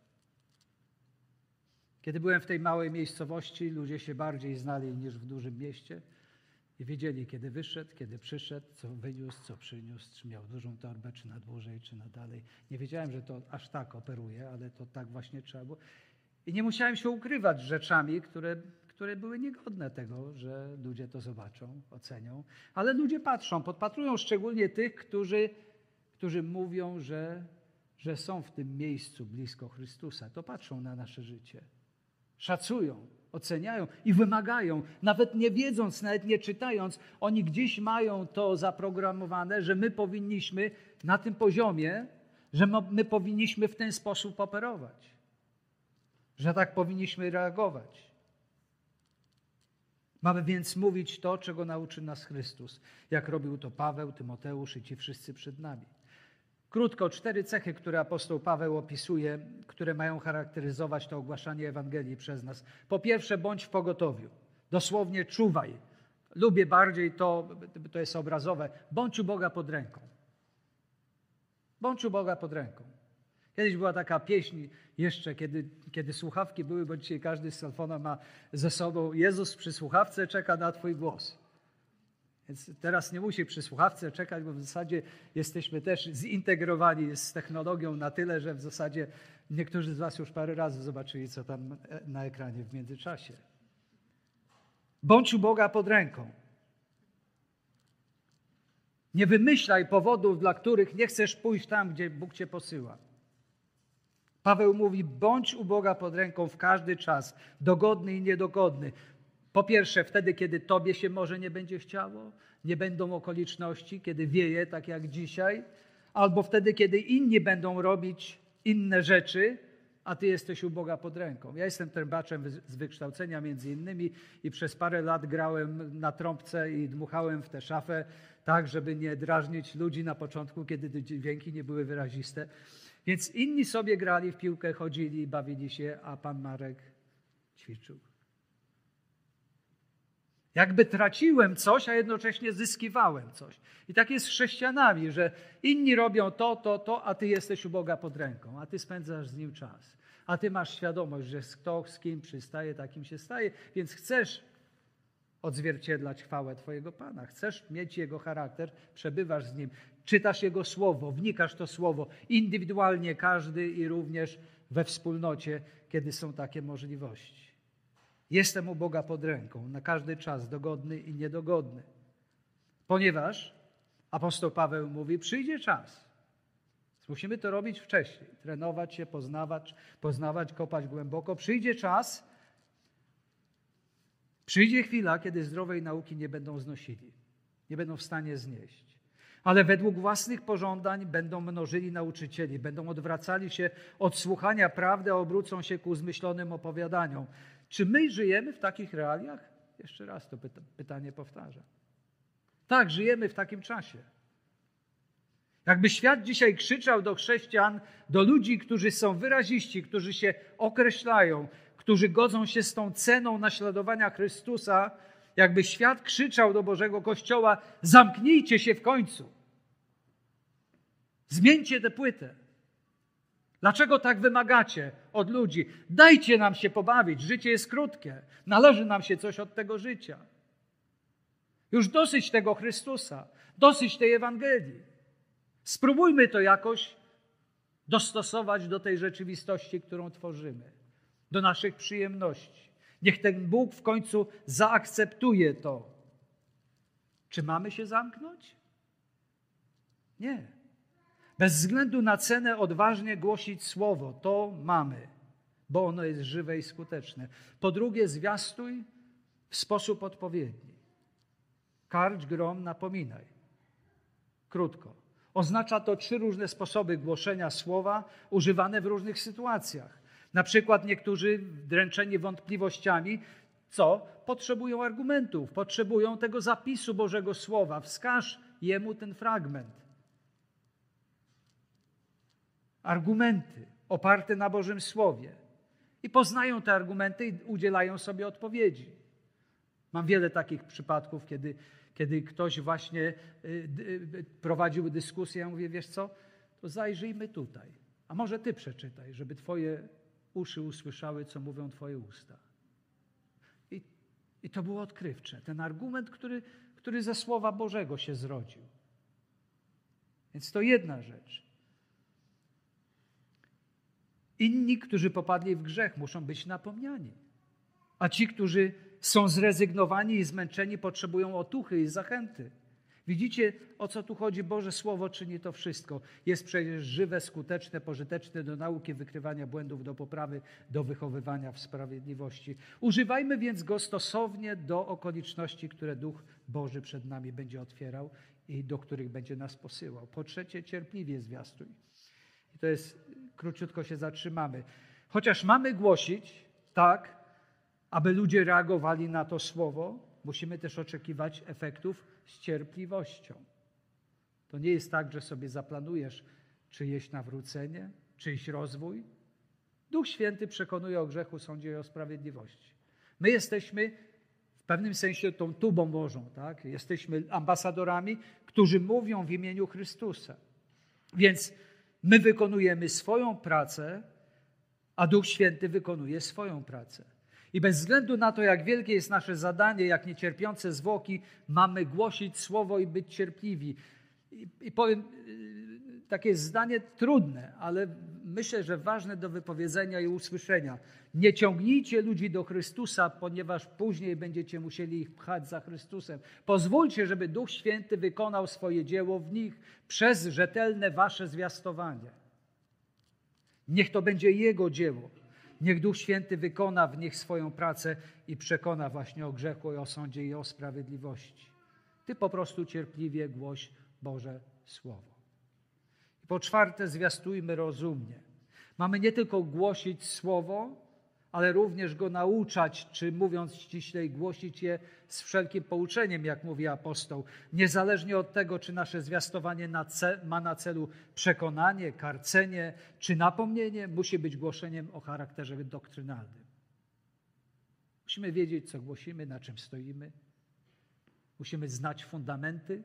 Kiedy byłem w tej małej miejscowości, ludzie się bardziej znali niż w dużym mieście i wiedzieli, kiedy wyszedł, kiedy przyszedł, co wyniósł, co przyniósł, czy miał dużą torbę, czy na dłużej, czy na dalej. Nie wiedziałem, że to aż tak operuje, ale to tak właśnie trzeba było. I nie musiałem się ukrywać z rzeczami, które, które były niegodne tego, że ludzie to zobaczą, ocenią. Ale ludzie patrzą, podpatrują szczególnie tych, którzy, którzy mówią, że, że są w tym miejscu blisko Chrystusa. To patrzą na nasze życie. Szacują, oceniają i wymagają, nawet nie wiedząc, nawet nie czytając, oni gdzieś mają to zaprogramowane, że my powinniśmy na tym poziomie, że my powinniśmy w ten sposób operować, że tak powinniśmy reagować. Mamy więc mówić to, czego nauczy nas Chrystus, jak robił to Paweł, Tymoteusz i ci wszyscy przed nami. Krótko, cztery cechy, które apostoł Paweł opisuje, które mają charakteryzować to ogłaszanie Ewangelii przez nas. Po pierwsze, bądź w pogotowiu. Dosłownie czuwaj. Lubię bardziej to, to jest obrazowe, bądź u Boga pod ręką. Bądź u Boga pod ręką. Kiedyś była taka pieśń jeszcze, kiedy, kiedy słuchawki były, bo dzisiaj każdy z telefona ma ze sobą Jezus przy słuchawce czeka na Twój głos. Więc teraz nie musi przy słuchawce czekać, bo w zasadzie jesteśmy też zintegrowani z technologią na tyle, że w zasadzie niektórzy z was już parę razy zobaczyli, co tam na ekranie w międzyczasie. Bądź u Boga pod ręką. Nie wymyślaj powodów, dla których nie chcesz pójść tam, gdzie Bóg cię posyła. Paweł mówi, bądź u Boga pod ręką w każdy czas, dogodny i niedogodny. Po pierwsze, wtedy, kiedy tobie się może nie będzie chciało, nie będą okoliczności, kiedy wieje, tak jak dzisiaj, albo wtedy, kiedy inni będą robić inne rzeczy, a ty jesteś u Boga pod ręką. Ja jestem trębaczem z wykształcenia między innymi i przez parę lat grałem na trąbce i dmuchałem w tę szafę tak, żeby nie drażnić ludzi na początku, kiedy te dźwięki nie były wyraziste. Więc inni sobie grali w piłkę, chodzili, bawili się, a pan Marek ćwiczył. Jakby traciłem coś, a jednocześnie zyskiwałem coś. I tak jest z chrześcijanami, że inni robią to, to, to, a ty jesteś u Boga pod ręką, a ty spędzasz z Nim czas. A ty masz świadomość, że kto z kim przystaje, takim się staje, więc chcesz odzwierciedlać chwałę Twojego Pana. Chcesz mieć Jego charakter, przebywasz z Nim, czytasz Jego Słowo, wnikasz w to Słowo, indywidualnie każdy i również we wspólnocie, kiedy są takie możliwości. Jestem u Boga pod ręką, na każdy czas, dogodny i niedogodny. Ponieważ apostoł Paweł mówi, przyjdzie czas. Musimy to robić wcześniej, trenować się, poznawać, poznawać, kopać głęboko. Przyjdzie czas, przyjdzie chwila, kiedy zdrowej nauki nie będą znosili, nie będą w stanie znieść. Ale według własnych pożądań będą mnożyli nauczycieli, będą odwracali się od słuchania prawdy, a obrócą się ku zmyślonym opowiadaniom. Czy my żyjemy w takich realiach? Jeszcze raz to pyta- pytanie powtarzam. Tak, żyjemy w takim czasie. Jakby świat dzisiaj krzyczał do chrześcijan, do ludzi, którzy są wyraziści, którzy się określają, którzy godzą się z tą ceną naśladowania Chrystusa, jakby świat krzyczał do Bożego Kościoła: zamknijcie się w końcu. Zmieńcie tę płytę. Dlaczego tak wymagacie od ludzi? Dajcie nam się pobawić. Życie jest krótkie. Należy nam się coś od tego życia. Już dosyć tego Chrystusa. Dosyć tej Ewangelii. Spróbujmy to jakoś dostosować do tej rzeczywistości, którą tworzymy. Do naszych przyjemności. Niech ten Bóg w końcu zaakceptuje to. Czy mamy się zamknąć? Nie. Bez względu na cenę odważnie głosić słowo. To mamy, bo ono jest żywe i skuteczne. Po drugie, zwiastuj w sposób odpowiedni. Karć, grom, napominaj. Krótko. Oznacza to trzy różne sposoby głoszenia słowa używane w różnych sytuacjach. Na przykład niektórzy dręczeni wątpliwościami, co? Potrzebują argumentów, potrzebują tego zapisu Bożego Słowa. Wskaż jemu ten fragment. Argumenty oparte na Bożym Słowie. I poznają te argumenty i udzielają sobie odpowiedzi. Mam wiele takich przypadków, kiedy, kiedy ktoś właśnie y, y, prowadził dyskusję. Ja mówię: wiesz co, to zajrzyjmy tutaj. A może ty przeczytaj, żeby twoje uszy usłyszały, co mówią twoje usta. I, i to było odkrywcze. Ten argument, który, który ze Słowa Bożego się zrodził. Więc to jedna rzecz. Inni, którzy popadli w grzech, muszą być napomniani. A ci, którzy są zrezygnowani i zmęczeni, potrzebują otuchy i zachęty. Widzicie, o co tu chodzi? Boże Słowo czyni to wszystko. Jest przecież żywe, skuteczne, pożyteczne do nauki, wykrywania błędów, do poprawy, do wychowywania w sprawiedliwości. Używajmy więc go stosownie do okoliczności, które Duch Boży przed nami będzie otwierał i do których będzie nas posyłał. Po trzecie, cierpliwie zwiastuj. I to jest, króciutko się zatrzymamy. Chociaż mamy głosić tak, aby ludzie reagowali na to słowo, musimy też oczekiwać efektów z cierpliwością. To nie jest tak, że sobie zaplanujesz czyjeś nawrócenie, czyjś rozwój. Duch Święty przekonuje o grzechu, sądzie i o sprawiedliwości. My jesteśmy w pewnym sensie tą tubą Bożą, tak? Jesteśmy ambasadorami, którzy mówią w imieniu Chrystusa. Więc my wykonujemy swoją pracę, a Duch Święty wykonuje swoją pracę. I bez względu na to, jak wielkie jest nasze zadanie, jak niecierpiące zwłoki, mamy głosić słowo i być cierpliwi. I, i powiem, takie zdanie trudne, ale myślę, że ważne do wypowiedzenia i usłyszenia. Nie ciągnijcie ludzi do Chrystusa, ponieważ później będziecie musieli ich pchać za Chrystusem. Pozwólcie, żeby Duch Święty wykonał swoje dzieło w nich przez rzetelne wasze zwiastowanie. Niech to będzie Jego dzieło. Niech Duch Święty wykona w nich swoją pracę i przekona właśnie o grzechu, i o sądzie, i o sprawiedliwości. Ty po prostu cierpliwie głoś Boże Słowo. I po czwarte, zwiastujmy rozumnie. Mamy nie tylko głosić Słowo, ale również go nauczać, czy mówiąc ściślej, głosić je z wszelkim pouczeniem, jak mówi apostoł. Niezależnie od tego, czy nasze zwiastowanie ma na celu przekonanie, karcenie, czy napomnienie, musi być głoszeniem o charakterze doktrynalnym. Musimy wiedzieć, co głosimy, na czym stoimy. Musimy znać fundamenty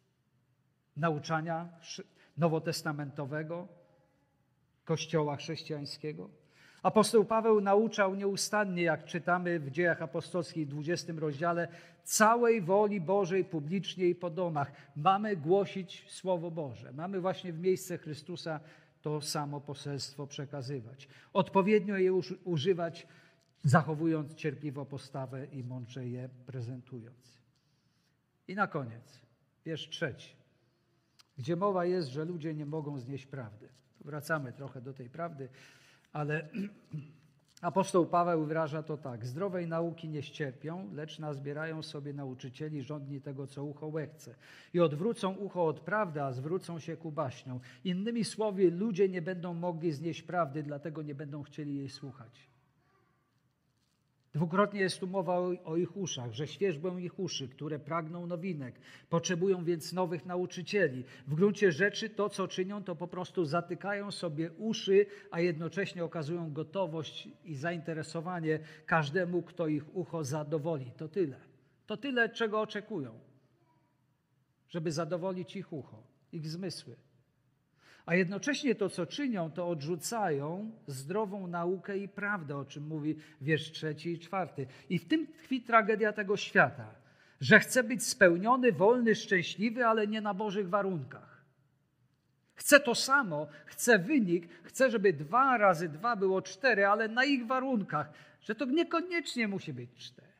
nauczania nowotestamentowego Kościoła chrześcijańskiego. Apostoł Paweł nauczał nieustannie, jak czytamy w Dziejach Apostolskich w dwudziestym rozdziale, całej woli Bożej publicznie i po domach. Mamy głosić Słowo Boże. Mamy właśnie w miejsce Chrystusa to samo poselstwo przekazywać. Odpowiednio je używać, zachowując cierpliwą postawę i mądrze je prezentując. I na koniec, wiersz trzeci, gdzie mowa jest, że ludzie nie mogą znieść prawdy. Wracamy trochę do tej prawdy. Ale apostoł Paweł wyraża to tak. Zdrowej nauki nie ścierpią, lecz nazbierają sobie nauczycieli żądni tego, co ucho łechce. I odwrócą ucho od prawdy, a zwrócą się ku baśniom. Innymi słowy, ludzie nie będą mogli znieść prawdy, dlatego nie będą chcieli jej słuchać. Dwukrotnie jest tu mowa o, o ich uszach, że świerzbią ich uszy, które pragną nowinek. Potrzebują więc nowych nauczycieli. W gruncie rzeczy to, co czynią, to po prostu zatykają sobie uszy, a jednocześnie okazują gotowość i zainteresowanie każdemu, kto ich ucho zadowoli. To tyle. To tyle, czego oczekują, żeby zadowolić ich ucho, ich zmysły. A jednocześnie to, co czynią, to odrzucają zdrową naukę i prawdę, o czym mówi wiersz trzeci i czwarty. I w tym tkwi tragedia tego świata, że chce być spełniony, wolny, szczęśliwy, ale nie na Bożych warunkach. Chce to samo, chce wynik, chce, żeby dwa razy dwa było cztery, ale na ich warunkach, że to niekoniecznie musi być cztery.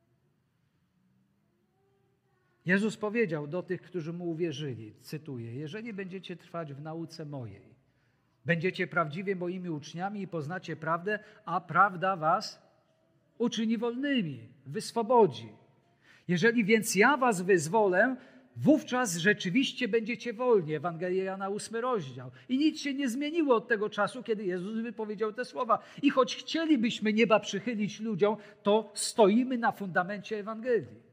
Jezus powiedział do tych, którzy Mu uwierzyli, cytuję, jeżeli będziecie trwać w nauce mojej, będziecie prawdziwie moimi uczniami i poznacie prawdę, a prawda was uczyni wolnymi, wyswobodzi. Jeżeli więc ja was wyzwolę, wówczas rzeczywiście będziecie wolni. Ewangelia Jana, ósmy rozdział. I nic się nie zmieniło od tego czasu, kiedy Jezus wypowiedział te słowa. I choć chcielibyśmy nieba przychylić ludziom, to stoimy na fundamencie Ewangelii.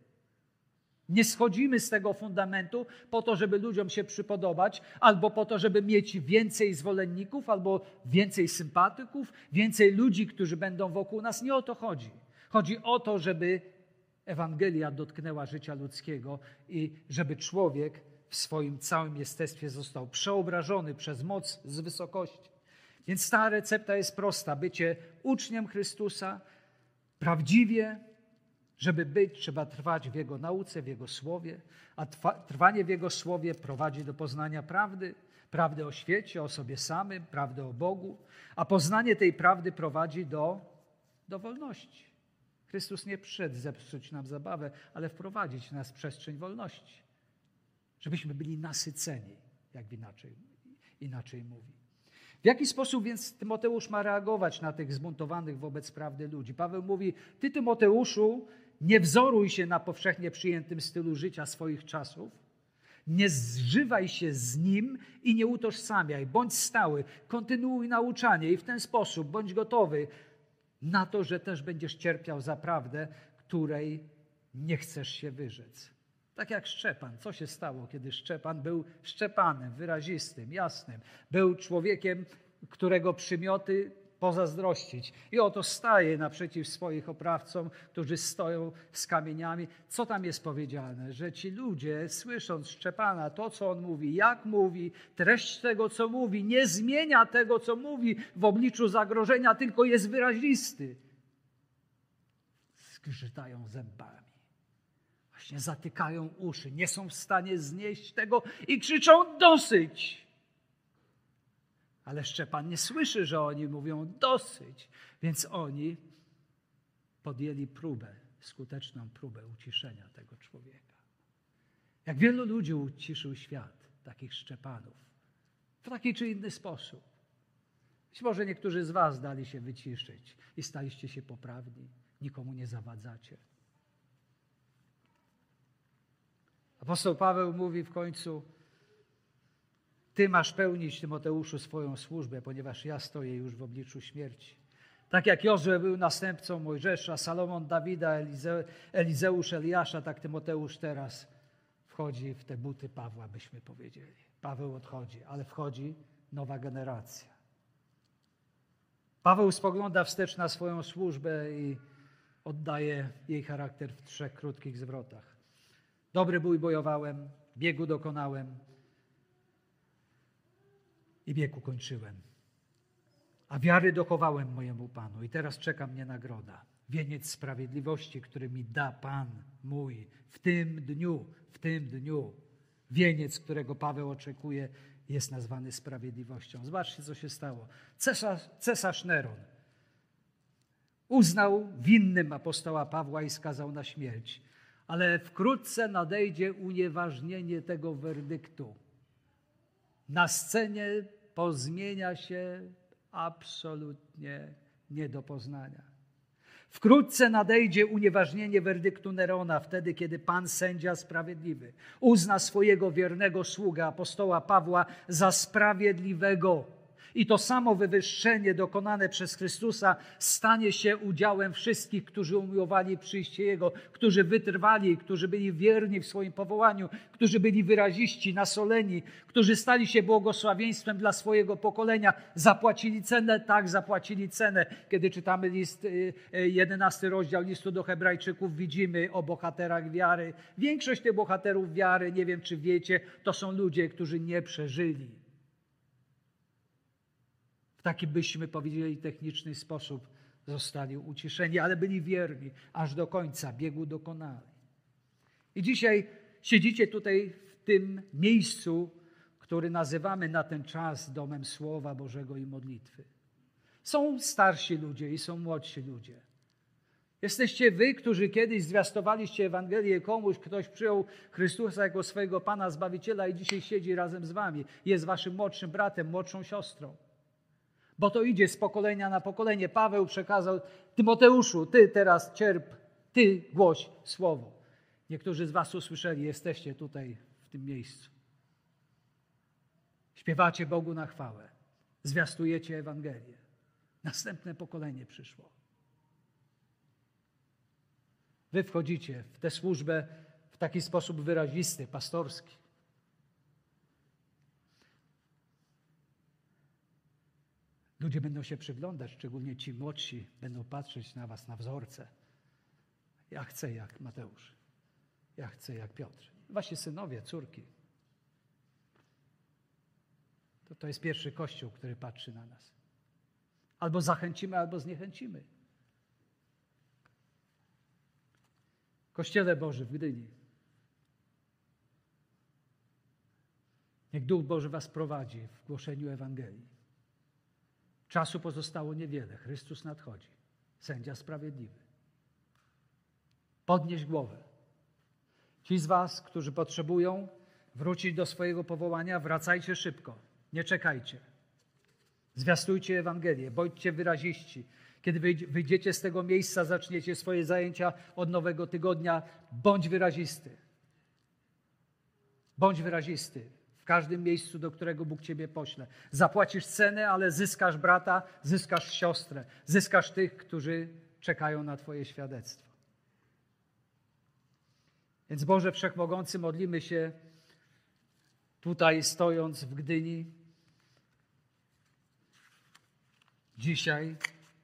Nie schodzimy z tego fundamentu po to, żeby ludziom się przypodobać, albo po to, żeby mieć więcej zwolenników, albo więcej sympatyków, więcej ludzi, którzy będą wokół nas. Nie o to chodzi. Chodzi o to, żeby Ewangelia dotknęła życia ludzkiego i żeby człowiek w swoim całym jestestwie został przeobrażony przez moc z wysokości. Więc ta recepta jest prosta. Bycie uczniem Chrystusa prawdziwie. Żeby być, trzeba trwać w Jego nauce, w Jego słowie, a trwanie w Jego słowie prowadzi do poznania prawdy, prawdy o świecie, o sobie samym, prawdy o Bogu, a poznanie tej prawdy prowadzi do, do wolności. Chrystus nie przyszedł zepsuć nam zabawę, ale wprowadzić nas w przestrzeń wolności, żebyśmy byli nasyceni, jak inaczej, inaczej mówi. W jaki sposób więc Tymoteusz ma reagować na tych zbuntowanych wobec prawdy ludzi? Paweł mówi, ty Tymoteuszu, nie wzoruj się na powszechnie przyjętym stylu życia swoich czasów, nie zżywaj się z nim i nie utożsamiaj, bądź stały, kontynuuj nauczanie i w ten sposób bądź gotowy na to, że też będziesz cierpiał za prawdę, której nie chcesz się wyrzec. Tak jak Szczepan. Co się stało, kiedy Szczepan był Szczepanem, wyrazistym, jasnym. Był człowiekiem, którego przymioty pozazdrościć. I oto staje naprzeciw swoich oprawcom, którzy stoją z kamieniami. Co tam jest powiedziane? Że ci ludzie, słysząc Szczepana, to co on mówi, jak mówi, treść tego, co mówi, nie zmienia tego, co mówi w obliczu zagrożenia, tylko jest wyrazisty. Zgrzytają zębami. Właśnie zatykają uszy, nie są w stanie znieść tego i krzyczą dosyć. Ale Szczepan nie słyszy, że oni mówią dosyć, więc oni podjęli próbę, skuteczną próbę uciszenia tego człowieka. Jak wielu ludzi uciszył świat, takich Szczepanów, w taki czy inny sposób. Być może niektórzy z was dali się wyciszyć i staliście się poprawni, nikomu nie zawadzacie. Apostoł Paweł mówi w końcu, ty masz pełnić, Tymoteuszu, swoją służbę, ponieważ ja stoję już w obliczu śmierci. Tak jak Jozue był następcą Mojżesza, Salomon Dawida, Elize, Elizeusz Eliasza, tak Tymoteusz teraz wchodzi w te buty Pawła, byśmy powiedzieli. Paweł odchodzi, ale wchodzi nowa generacja. Paweł spogląda wstecz na swoją służbę i oddaje jej charakter w trzech krótkich zwrotach. Dobry bój bojowałem, biegu dokonałem i bieg ukończyłem. A wiary dochowałem mojemu Panu i teraz czeka mnie nagroda. Wieniec sprawiedliwości, który mi da Pan mój w tym dniu, w tym dniu. Wieniec, którego Paweł oczekuje, jest nazwany sprawiedliwością. Zobaczcie, co się stało. Cesarz, cesarz Neron uznał winnym apostoła Pawła i skazał na śmierć. Ale wkrótce nadejdzie unieważnienie tego werdyktu. Na scenie pozmienia się absolutnie nie do poznania. Wkrótce nadejdzie unieważnienie werdyktu Nerona, wtedy, kiedy Pan sędzia sprawiedliwy uzna swojego wiernego sługę, apostoła Pawła, za sprawiedliwego I to samo wywyższenie dokonane przez Chrystusa stanie się udziałem wszystkich, którzy umiłowali przyjście Jego, którzy wytrwali, którzy byli wierni w swoim powołaniu, którzy byli wyraziści, nasoleni, którzy stali się błogosławieństwem dla swojego pokolenia. Zapłacili cenę, tak, zapłacili cenę. Kiedy czytamy list, jedenasty rozdział listu do Hebrajczyków, widzimy o bohaterach wiary. Większość tych bohaterów wiary, nie wiem czy wiecie, to są ludzie, którzy nie przeżyli. W taki byśmy powiedzieli techniczny sposób zostali uciszeni, ale byli wierni aż do końca, biegu dokonali. I dzisiaj siedzicie tutaj w tym miejscu, który nazywamy na ten czas domem Słowa Bożego i modlitwy. Są starsi ludzie i są młodsi ludzie. Jesteście wy, którzy kiedyś zwiastowaliście Ewangelię komuś, ktoś przyjął Chrystusa jako swojego Pana, Zbawiciela i dzisiaj siedzi razem z wami. Jest waszym młodszym bratem, młodszą siostrą. Bo to idzie z pokolenia na pokolenie. Paweł przekazał: Tymoteuszu, ty teraz cierp, ty głoś słowo. Niektórzy z was usłyszeli, jesteście tutaj w tym miejscu. Śpiewacie Bogu na chwałę. Zwiastujecie Ewangelię. Następne pokolenie przyszło. Wy wchodzicie w tę służbę w taki sposób wyrazisty, pastorski. Ludzie będą się przyglądać, szczególnie ci młodsi, będą patrzeć na was, na wzorce. Ja chcę jak Mateusz. Ja chcę jak Piotr. Wasi synowie, córki. To, to jest pierwszy Kościół, który patrzy na nas. Albo zachęcimy, albo zniechęcimy. Kościele Boży w Gdyni. Niech Duch Boży was prowadzi w głoszeniu Ewangelii. Czasu pozostało niewiele. Chrystus nadchodzi. Sędzia sprawiedliwy. Podnieś głowę. Ci z was, którzy potrzebują wrócić do swojego powołania, wracajcie szybko. Nie czekajcie. Zwiastujcie Ewangelię. Bądźcie wyraziści. Kiedy wyjdziecie z tego miejsca, zaczniecie swoje zajęcia od nowego tygodnia, bądź wyrazisty. Bądź wyrazisty w każdym miejscu, do którego Bóg ciebie pośle. Zapłacisz cenę, ale zyskasz brata, zyskasz siostrę, zyskasz tych, którzy czekają na twoje świadectwo. Więc Boże Wszechmogący, modlimy się tutaj, stojąc w Gdyni, dzisiaj,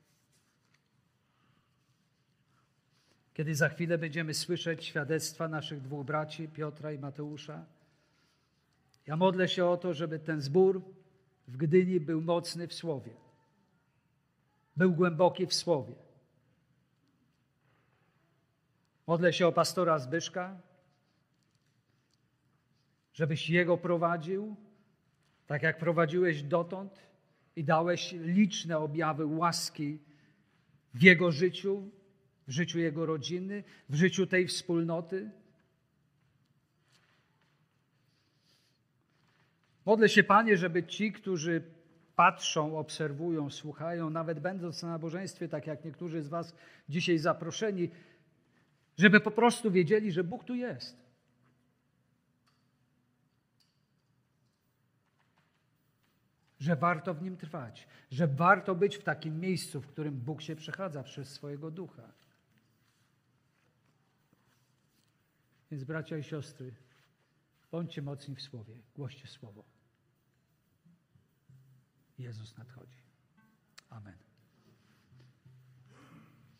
kiedy za chwilę będziemy słyszeć świadectwa naszych dwóch braci, Piotra i Mateusza. Ja modlę się o to, żeby ten zbór w Gdyni był mocny w Słowie. Był głęboki w Słowie. Modlę się o pastora Zbyszka, żebyś jego prowadził, tak jak prowadziłeś dotąd i dałeś liczne objawy łaski w jego życiu, w życiu jego rodziny, w życiu tej wspólnoty. Modlę się, Panie, żeby ci, którzy patrzą, obserwują, słuchają, nawet będąc na nabożeństwie, tak jak niektórzy z was dzisiaj zaproszeni, żeby po prostu wiedzieli, że Bóg tu jest. Że warto w Nim trwać, że warto być w takim miejscu, w którym Bóg się przechadza przez swojego Ducha. Więc bracia i siostry, bądźcie mocni w Słowie, głoście Słowo. Jezus nadchodzi. Amen.